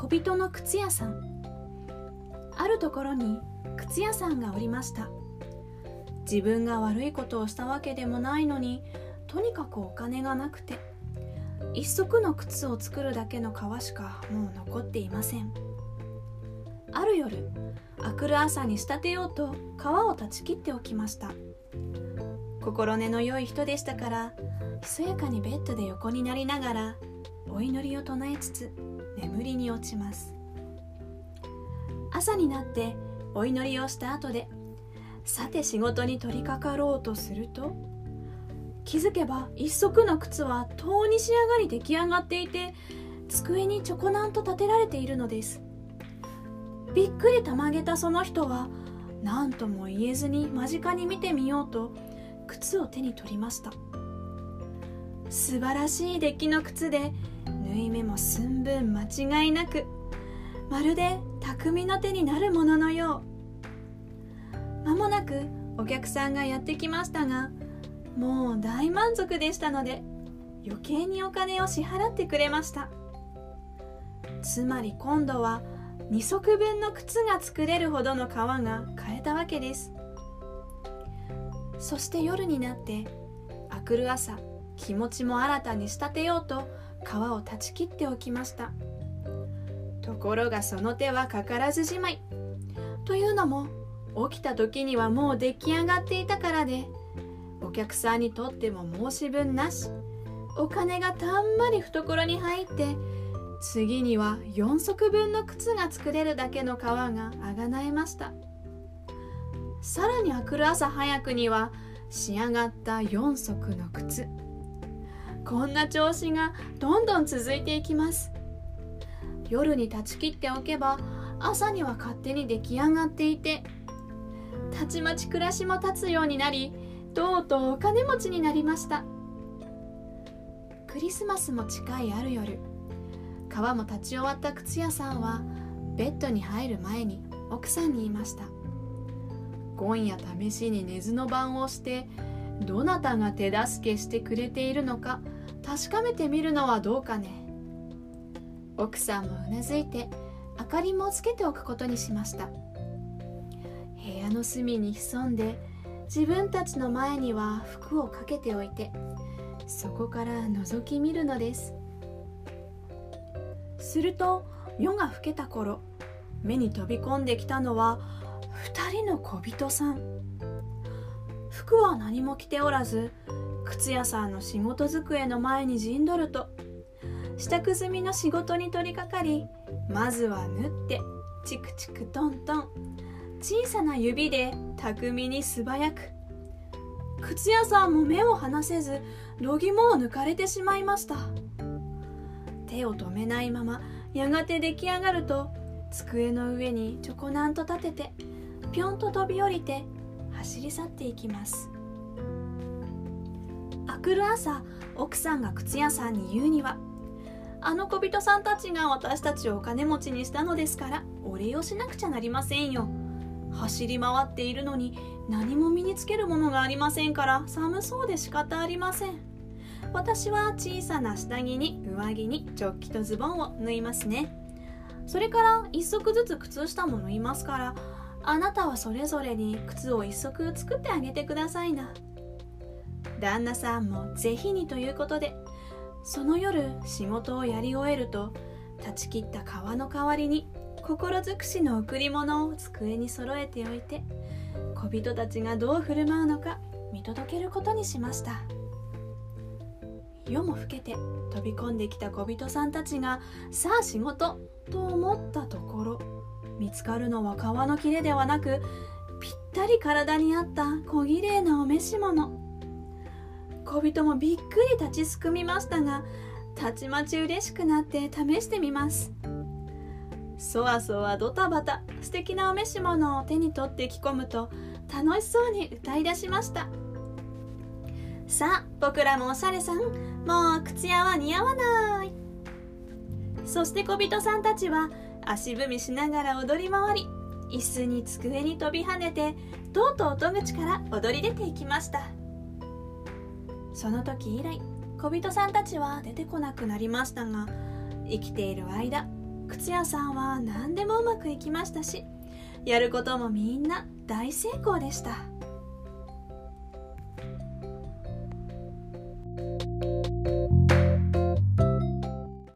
小人の靴屋さん。あるところに靴屋さんがおりました。自分が悪いことをしたわけでもないのに、とにかくお金がなくて、一足の靴を作るだけの革しかもう残っていません。ある夜、明くる朝に仕立てようと革を断ち切っておきました。心根の良い人でしたから、ひそやかにベッドで横になりながらお祈りを唱えつつ眠りに落ちます。朝になってお祈りをした後で、さて仕事に取り掛かろうとすると、気づけば一足の靴はとうに仕上がり出来上がっていて、机にちょこなんと立てられているのです。びっくりたまげたその人は、何とも言えずに間近に見てみようと靴を手に取りました。素晴らしい出来の靴で、縫い目も寸分間違いなく、まるで匠の手になるもののよう。間もなくお客さんがやってきましたが、もう大満足でしたので、余計にお金を支払ってくれました。つまり今度は2足分の靴が作れるほどの革が買えたわけです。そして夜になって、明くる朝、気持ちも新たに仕立てようと革を断ち切っておきました。ところがその手はかからずじまい。というのも、起きた時にはもう出来上がっていたからで、お客さんにとっても申し分なし、お金がたんまり懐に入って、次には4足分の靴が作れるだけの革があがなえました。さらに明くる朝早くには仕上がった4足の靴。こんな調子がどんどん続いていきます。夜に断ち切っておけば、朝には勝手に出来上がっていて、たちまち暮らしも立つようになり、とうとうお金持ちになりました。クリスマスも近いある夜、革も立ち終わった靴屋さんはベッドに入る前に奥さんに言いました。今夜試しに寝ずの番をして、どなたが手助けしてくれているのか確かめてみるのはどうかね。奥さんもうなずいて、明かりもつけておくことにしました。部屋の隅に潜んで、自分たちの前には服をかけておいて、そこから覗き見るのです。すると夜が更けた頃、目に飛び込んできたのは2人の小人さん。服は何も着ておらず、靴屋さんの仕事机の前に陣取ると、支度済みの仕事に取り掛かり、まずは縫ってチクチクトントン、小さな指で巧みに素早く。靴屋さんも目を離せず、度肝を抜かれてしまいました。手を止めないまま、やがて出来上がると、机の上にちょこなんと立てて、ぴょんと飛び降りて走り去っていきます。明くる朝、奥さんが靴屋さんに言うには、あの小人さんたちが私たちをお金持ちにしたのですから、お礼をしなくちゃなりませんよ。走り回っているのに何も身につけるものがありませんから、寒そうで仕方ありません。私は小さな下着に上着にジョッキとズボンを縫いますね。それから一足ずつ靴下も縫いますから、あなたはそれぞれに靴を一足作ってあげてくださいな。旦那さんもぜひにということで、その夜仕事をやり終えると、断ち切った革の代わりに心尽くしの贈り物を机に揃えておいて、小人たちがどう振る舞うのか見届けることにしました。夜も更けて飛び込んできた小人さんたちが、さあ仕事と思ったところ、見つかるのは革の切れではなく、ぴったり体に合った小綺麗なお召し物。小人もびっくり立ちすくみましたが、たちまち嬉しくなって試してみます。そわそわドタバタ、素敵なお召し物を手に取って着込むと、楽しそうに歌い出しました。さあ僕らもおしゃれさん、もう靴屋は似合わない。そして小人さんたちは足踏みしながら踊り回り、椅子に机に飛び跳ねて、とうとう戸口から踊り出ていきました。その時以来、小人さんたちは出てこなくなりましたが、生きている間、 靴屋さんは何でもうまくいきましたし、やることもみんな大成功でした。